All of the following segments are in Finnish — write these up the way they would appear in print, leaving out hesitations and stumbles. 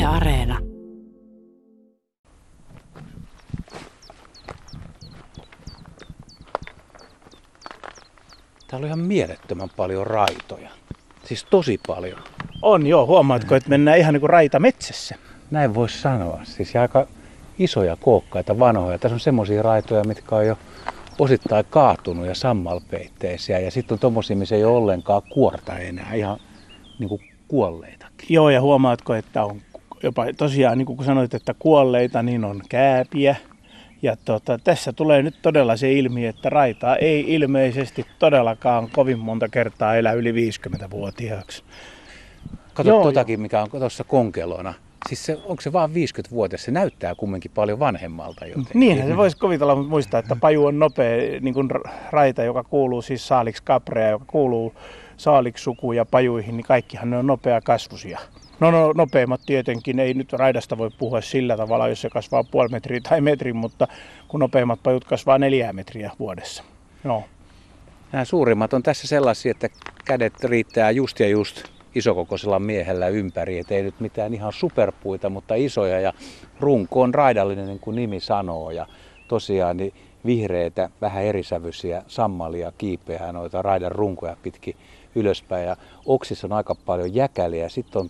Areena. Täällä on ihan mielettömän paljon raitoja. Siis tosi paljon. On joo, huomaatko, että mennään ihan niin kuin raita metsässä. Näin voisi sanoa. Siis aika isoja kookkaita vanhoja. Tässä on semmoisia raitoja, mitkä on jo osittain kaatunut ja sammalpeitteisiä. Ja sitten on tommosia, missä ei ole ollenkaan kuorta enää. Ihan niin kuin kuolleitakin. Joo, ja huomaatko, että on jopa tosiaan, niin kuin sanoit, että kuolleita, niin on kääpiä. Ja tässä tulee nyt todella se ilmi, että raitaa ei ilmeisesti todellakaan kovin monta kertaa elä yli 50-vuotiaaksi. Kato totakin, mikä on tuossa konkelona. Siis onko se vaan 50-vuotias? Se näyttää kumminkin paljon vanhemmalta jotenkin. Niinhän se voisi kuvitella, mutta muistaa, että paju on nopea niin kuin raita, joka kuuluu siis Salix caprea, joka kuuluu Salix-sukuun ja pajuihin, niin kaikkihan ne on nopea kasvusia. No nopeimmat tietenkin, ei nyt raidasta voi puhua sillä tavalla, jos se kasvaa puoli metriä tai metrin, mutta kun nopeimmat pajut kasvaa 4 metriä vuodessa. No. Nämä suurimmat on tässä sellaisia, että kädet riittää just isokokoisella miehellä ympäri, et ei nyt mitään ihan superpuita, mutta isoja, ja runko on raidallinen, niin kuin nimi sanoo, ja tosiaan niin vihreitä, vähän erisävyisiä sammalia kiipeää noita raidan runkoja pitkin ylöspäin, ja oksissa on aika paljon jäkäliä. Sitten on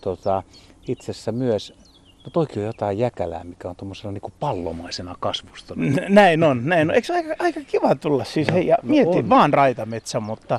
itse asiassa myös, no toikin on jotain jäkälää, mikä on tuommoisena niin kuin pallomaisena kasvustunut. Näin on. Eikö se aika kiva tulla siis? No, hei, ja mietin vaan raitametsä, mutta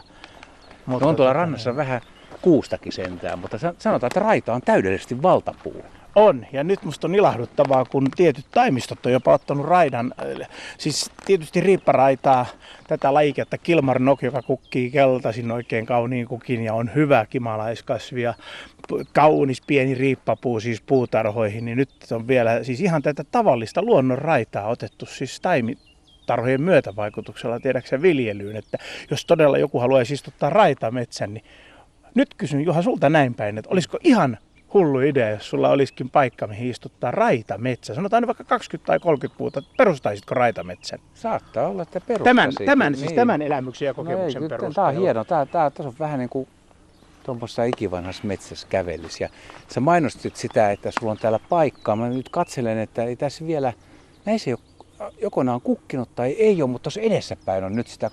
no on tuolla rannassa vähän kuustakin sentään, mutta sanotaan, että raita on täydellisesti valtapuu. On, ja nyt musta on ilahduttavaa, kun tietyt taimistot on jopa ottanut raidan, siis tietysti riipparaitaa, tätä lajiketta Kilmarnock, joka kukkii keltaisin oikein kauniin kukin ja on hyvä kimalaiskasvi ja kaunis pieni riippapuu siis puutarhoihin, niin nyt on vielä siis ihan tätä tavallista luonnon raitaa otettu siis tarhojen myötävaikutuksella tiedäksä viljelyyn, että jos todella joku haluaisi istuttaa raitametsän, niin nyt kysyn Juha sulta näin päin, että olisiko ihan hullu idea, jos sulla olisikin paikka, mihin istuttaa raitametsä. Sanotaan vaikka 20 tai 30 puuta. Perustaisitko raitametsän? Saattaa olla, että perustaisit. Tämän elämyksen ja kokemuksen perusteella. Tämä on hieno. Tässä on vähän niin kuin tuommoisessa ikivanhassa metsässä kävelisi. Ja sä mainostit sitä, että sulla on täällä paikkaa. Mä nyt katselen, että ei tässä vielä, näissä ei ole jokonaan kukkinut tai ei ole, mutta tuossa edessäpäin on nyt sitä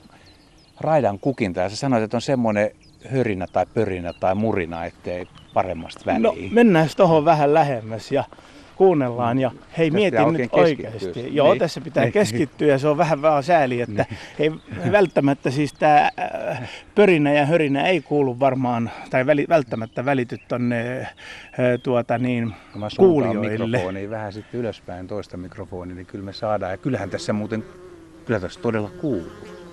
raidan kukinta. Ja sä sanoit, että on semmoinen hörinä tai pörinä tai murina, ettei paremmasta väliin. No mennään tuohon vähän lähemmäs ja kuunnellaan. Ja hei, mietin nyt oikeasti. Joo, niin. Tässä pitää keskittyä ja se on vähän sääli, että ei välttämättä siis tämä pörinä ja hörinä ei kuulu varmaan, tai välttämättä välity tonne kuulijoille. Mikrofoniin vähän sitten ylöspäin toista mikrofonia, niin kyllä me saadaan. Ja kyllähän tässä muuten, kyllä tässä todella kuuluu.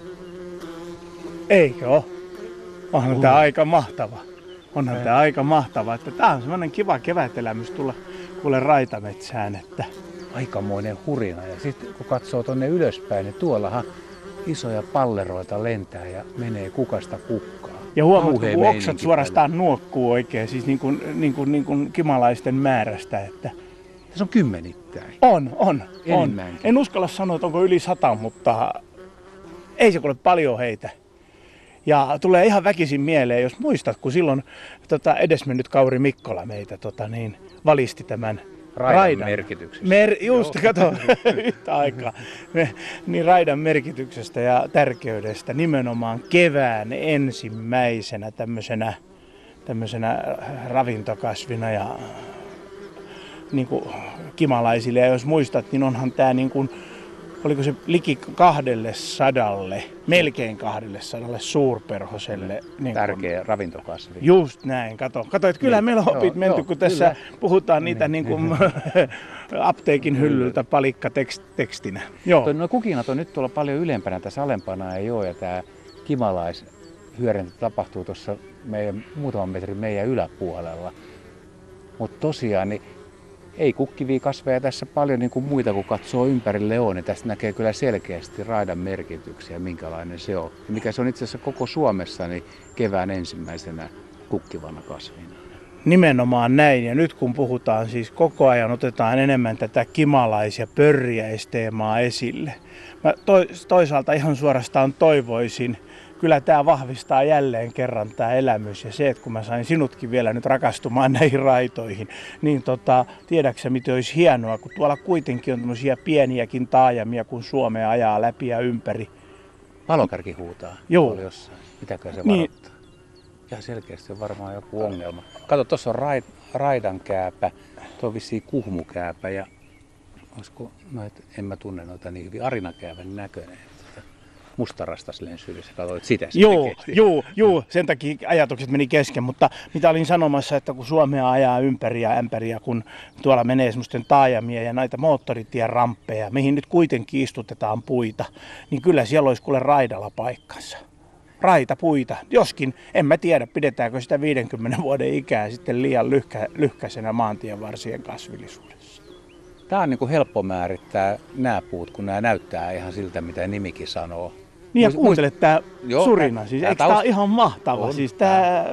Eikö ole? Onhan tämä aika mahtava. Onhan tämä aika mahtava, että tämä on semmoinen kiva kevätelämys tulla kuule raitametsään. Että aikamoinen hurina. Ja sitten kun katsoo tonne ylöspäin, niin tuollahan isoja palleroita lentää ja menee kukasta kukkaan. Ja huomaat, kun oksat suorastaan nuokkuu oikein, siis niin kuin kimalaisten määrästä. Että tässä on kymmenittäin. On. En uskalla sanoa, että onko yli 100, mutta ei se kuule paljon heitä. Ja tulee ihan väkisin mieleen, jos muistat, kun silloin edesmennyt Kauri Mikkola meitä valisti tämän raidan merkityksestä. Kato, yhtä aikaa. Niin raidan merkityksestä ja tärkeydestä nimenomaan kevään ensimmäisenä tämmöisenä ravintokasvina ja niin kuin kimalaisille. Ja jos muistat, niin onhan tämä niin kuin, oliko se liki 200, melkein 200 suurperhoselle. Niin tärkeä ravintokasvi. Just näin, kato että kyllä meillä on opit menty, kun tässä puhutaan niitä niin kuin apteekin hyllyltä palikkatekstinä. No kukinat on nyt tuolla paljon ylempänä, tässä alempana ei ole, ja tämä kimalaishyöräntä tapahtuu tuossa muutaman metrin meidän yläpuolella. Mutta tosiaan, niin ei kukkivia kasveja tässä paljon niin kuin muita, kun katsoo ympärille on, niin tästä näkee kyllä selkeästi raidan merkityksiä, minkälainen se on. Ja mikä se on itse asiassa koko Suomessa niin kevään ensimmäisenä kukkivana kasvina. Nimenomaan näin, ja nyt kun puhutaan siis koko ajan, otetaan enemmän tätä kimalais- ja pörriäisteemaa esille. Mä toisaalta ihan suorastaan toivoisin, kyllä tämä vahvistaa jälleen kerran tämä elämys. Ja se, että kun mä sain sinutkin vielä nyt rakastumaan näihin raitoihin, niin tiedäksä miten olisi hienoa, kun tuolla kuitenkin on tämmöisiä pieniäkin taajamia, kun Suomea ajaa läpi ja ympäri. Valokärki huutaa. Joo. Tuolla jossain. Mitäkö se Niin. varoittaa? Ja selkeästi on varmaan joku ongelma. Kato, tuossa on raidankääpä, tuo on vissiin kuhmukääpä ja olisiko, en mä tunne noita niin hyvin, arinakäävän näköinen. Mustarastas lensyydessä, katsoit sitä Joo, sen takia ajatukset meni kesken, mutta mitä olin sanomassa, että kun Suomea ajaa ympäri ja ämpäri ja kun tuolla menee semmoisten taajamia ja näitä moottoritien ramppeja, mihin nyt kuitenkin istutetaan puita, niin kyllä siellä olisi kuule raidalla paikkansa. Raitapuita, joskin en mä tiedä, pidetäänkö sitä 50 vuoden ikää sitten liian lyhkäisenä maantien varsien kasvillisuudessa. Tämä on niin kuin helppo määrittää nämä puut, kun nämä näyttää ihan siltä, mitä nimikin sanoo. Niin ja kuuntele tää surina, siis eikö tää ole ihan mahtava? Siis tää...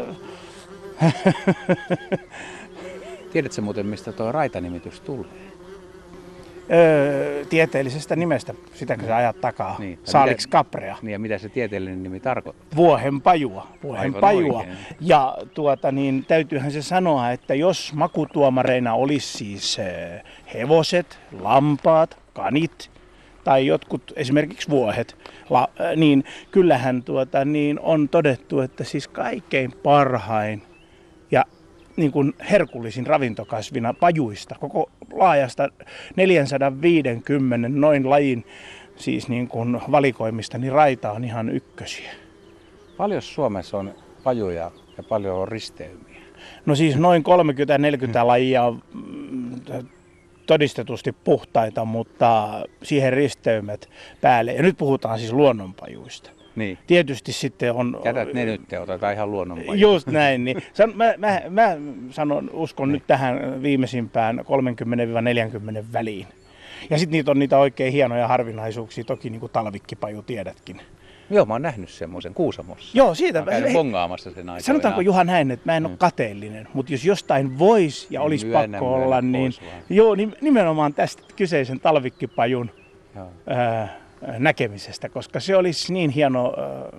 Tiedätkö muuten, mistä tuo raitanimitys tulee? Tieteellisestä nimestä, sitäkö sä ajat takaa, Niin. Salix caprea. Niin ja mitä se tieteellinen nimi tarkoittaa? Vuohenpajua. Oikein. Ja täytyyhän se sanoa, että jos makutuomareina olisi siis hevoset, lampaat, kanit tai jotkut esimerkiksi vuohet, niin kyllähän on todettu, että siis kaikkein parhain ja niin kuin herkullisin ravintokasvina pajuista, koko laajasta 450 noin lajin siis niin kuin valikoimista, niin raita on ihan ykkösiä. Paljon Suomessa on pajuja ja paljon on risteymiä? No siis noin 30-40 lajia on todistetusti puhtaita, mutta siihen risteymät päälle. Ja nyt puhutaan siis luonnonpajuista. Niin. Tietysti sitten on... Jätät ne nyt, otetaan ihan luonnonpajuja. Just näin. Niin. Mä uskon nyt tähän viimeisimpään 30-40 väliin. Ja sitten niitä oikein hienoja harvinaisuuksia, toki niin kuin talvikkipaju tiedätkin. Joo, mä oon nähnyt semmoisen Kuusamossa. Joo, siitä. Mä käyn bongaamassa sen aikoinaan. Sanotaanko Juha näin, että mä en ole kateellinen, mutta jos jostain voisi ja olisi pakko olla, niin joo, nimenomaan tästä kyseisen talvikkipajun näkemisestä, koska se olisi niin hieno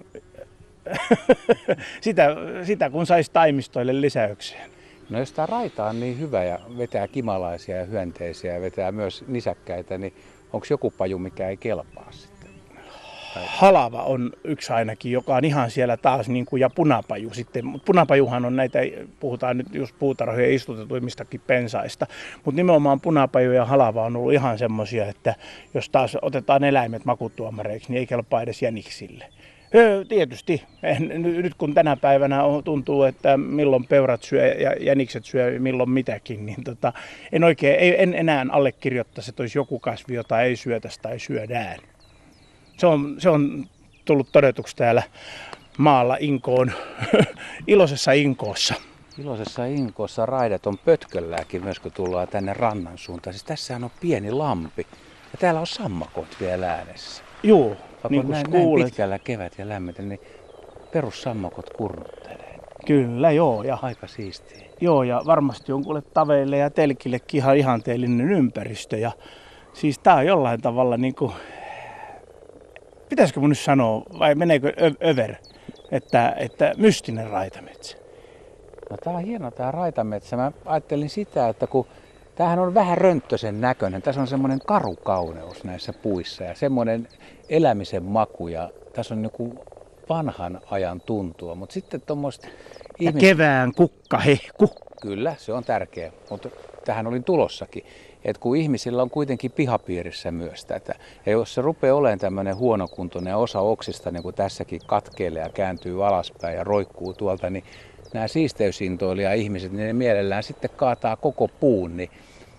sitä kun saisi taimistoille lisäykseen. No jos tämä raita on niin hyvä ja vetää kimalaisia ja hyönteisiä ja vetää myös nisäkkäitä, niin onko joku paju, mikä ei kelpaa sitten? Halava on yksi ainakin, joka on ihan siellä taas, niin kuin, ja punapaju sitten. Punapajuhan on näitä, puhutaan nyt just puutarhojen istutetuimmistakin pensaista, mutta nimenomaan punapaju ja halava on ollut ihan semmoisia, että jos taas otetaan eläimet makutuomareiksi, niin ei kelpaa edes jäniksille. Tietysti. Nyt kun tänä päivänä tuntuu, että milloin peurat syö ja jänikset syö milloin mitäkin, niin en enää allekirjoittaisi, että olisi joku kasvi, jota ei syötäisi tai syödään. Se on tullut todetuksi täällä maalla Inkoon, iloisessa Inkoossa. Iloisessa Inkoossa raidat on pötkölläkin myös, kun tullaan tänne rannan suuntaan. Siis tässähän on pieni lampi ja täällä on sammakot vielä äänessä. Joo, vaikka niin kuin näin pitkällä kevät ja lämmitä, niin perussammakot kurnuttelee. Kyllä, joo. Ja, aika siistiä. Joo, ja varmasti on kuule taveille ja telkillekin ihan ihanteellinen ympäristö. Ja siis tää on jollain tavalla niinku... Pitäisikö mun nyt sanoa, vai meneekö över, että mystinen raitametsä? No tää on hieno tää raitametsä. Mä ajattelin sitä, että kun tämähän on vähän rönttösen näköinen. Tässä on semmoinen karukauneus näissä puissa ja semmoinen elämisen maku ja tässä on joku vanhan ajan tuntua. Mutta sitten tuommoista kevään kukkahehku. Kyllä, se on tärkeä, mutta tähän olin tulossakin. Että kun ihmisillä on kuitenkin pihapiirissä myös tätä, ja jos se rupeaa olemaan tämmöinen huonokuntoinen ja osa oksista, niin kuin tässäkin katkeilee ja kääntyy alaspäin ja roikkuu tuolta, niin nämä siisteysintoilija-ihmiset, niin ne mielellään sitten kaataa koko puun, niin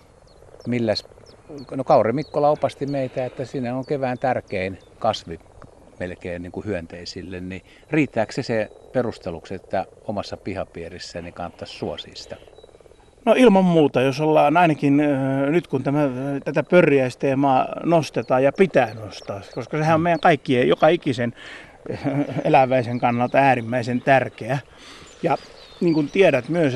no Kauri Mikkola opasti meitä, että siinä on kevään tärkein kasvi melkein niin kuin hyönteisille, niin riittääkö se perusteluksi, että omassa pihapiirissä niin kannattaisi suosia sitä? No ilman muuta, jos ollaan ainakin nyt kun tätä pörriäisteemaa nostetaan ja pitää nostaa, koska sehän on meidän kaikkien, joka ikisen eläväisen kannalta äärimmäisen tärkeä. Ja niin kuin tiedät myös,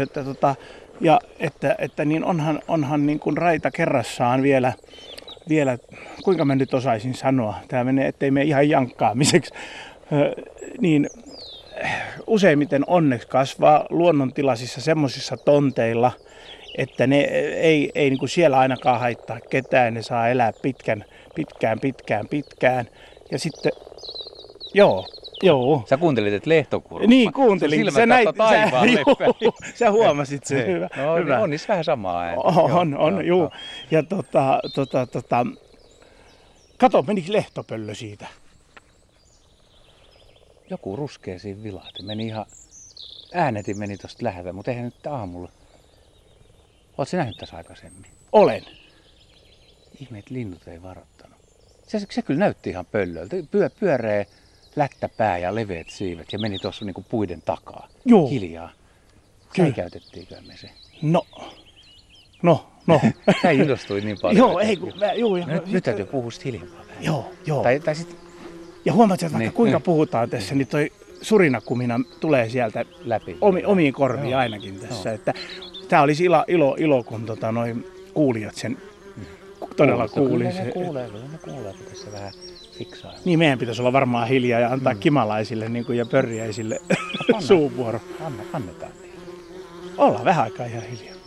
että niin onhan niin kuin raita kerrassaan vielä, kuinka mä nyt osaisin sanoa, tämä menee, ettei mene ihan jankkaamiseksi, niin useimmiten onneksi kasvaa luonnontilaisissa semmoisissa tonteilla, että ne ei niin kuin siellä ainakaan haittaa ketään. Ne saa elää pitkään. Ja sitten, joo. Sä kuuntelit, että lehtokurkku. Niin, kuuntelin. Sä huomasit sen. Hei. Hyvä. No, hyvä. On niissä vähän samaa ääntä. On, juu. Ja kato, menikö lehtopöllö siitä? Joku ruskea siinä vilahti. Äänetin meni tosta läheltä, mutta eihän nyt aamulla. Ootko nähnyt tässä aikaisemmin? Olen. Ihme, että linnut ei varoittanut. Se kyllä näytti ihan pöllöltä. Pyöreä lättäpää ja leveät siivet ja meni tuossa niinku puiden takaa. Joo. Hiljaa. Säikäytettiinkö me se? No. Sä innostuit niin paljon. Joo, ei kun Nyt täytyy puhua sit hiljempaa vähän. Joo. Tai sit Ja huomaat, että vaikka niin, kuinka puhutaan tässä, niin toi surinakumina tulee sieltä läpi. omiin korviin ainakin tässä. Että tää olisi ilo kun kuulijat sen todella kuuli. Ne kuulee, kun tässä vähän fiksaa. Niin meidän pitäisi olla varmaan hiljaa ja antaa kimalaisille niin kuin, ja pörjäisille suuvuoro. Annetaan niin. Ollaan vähän aikaa ihan hiljaa.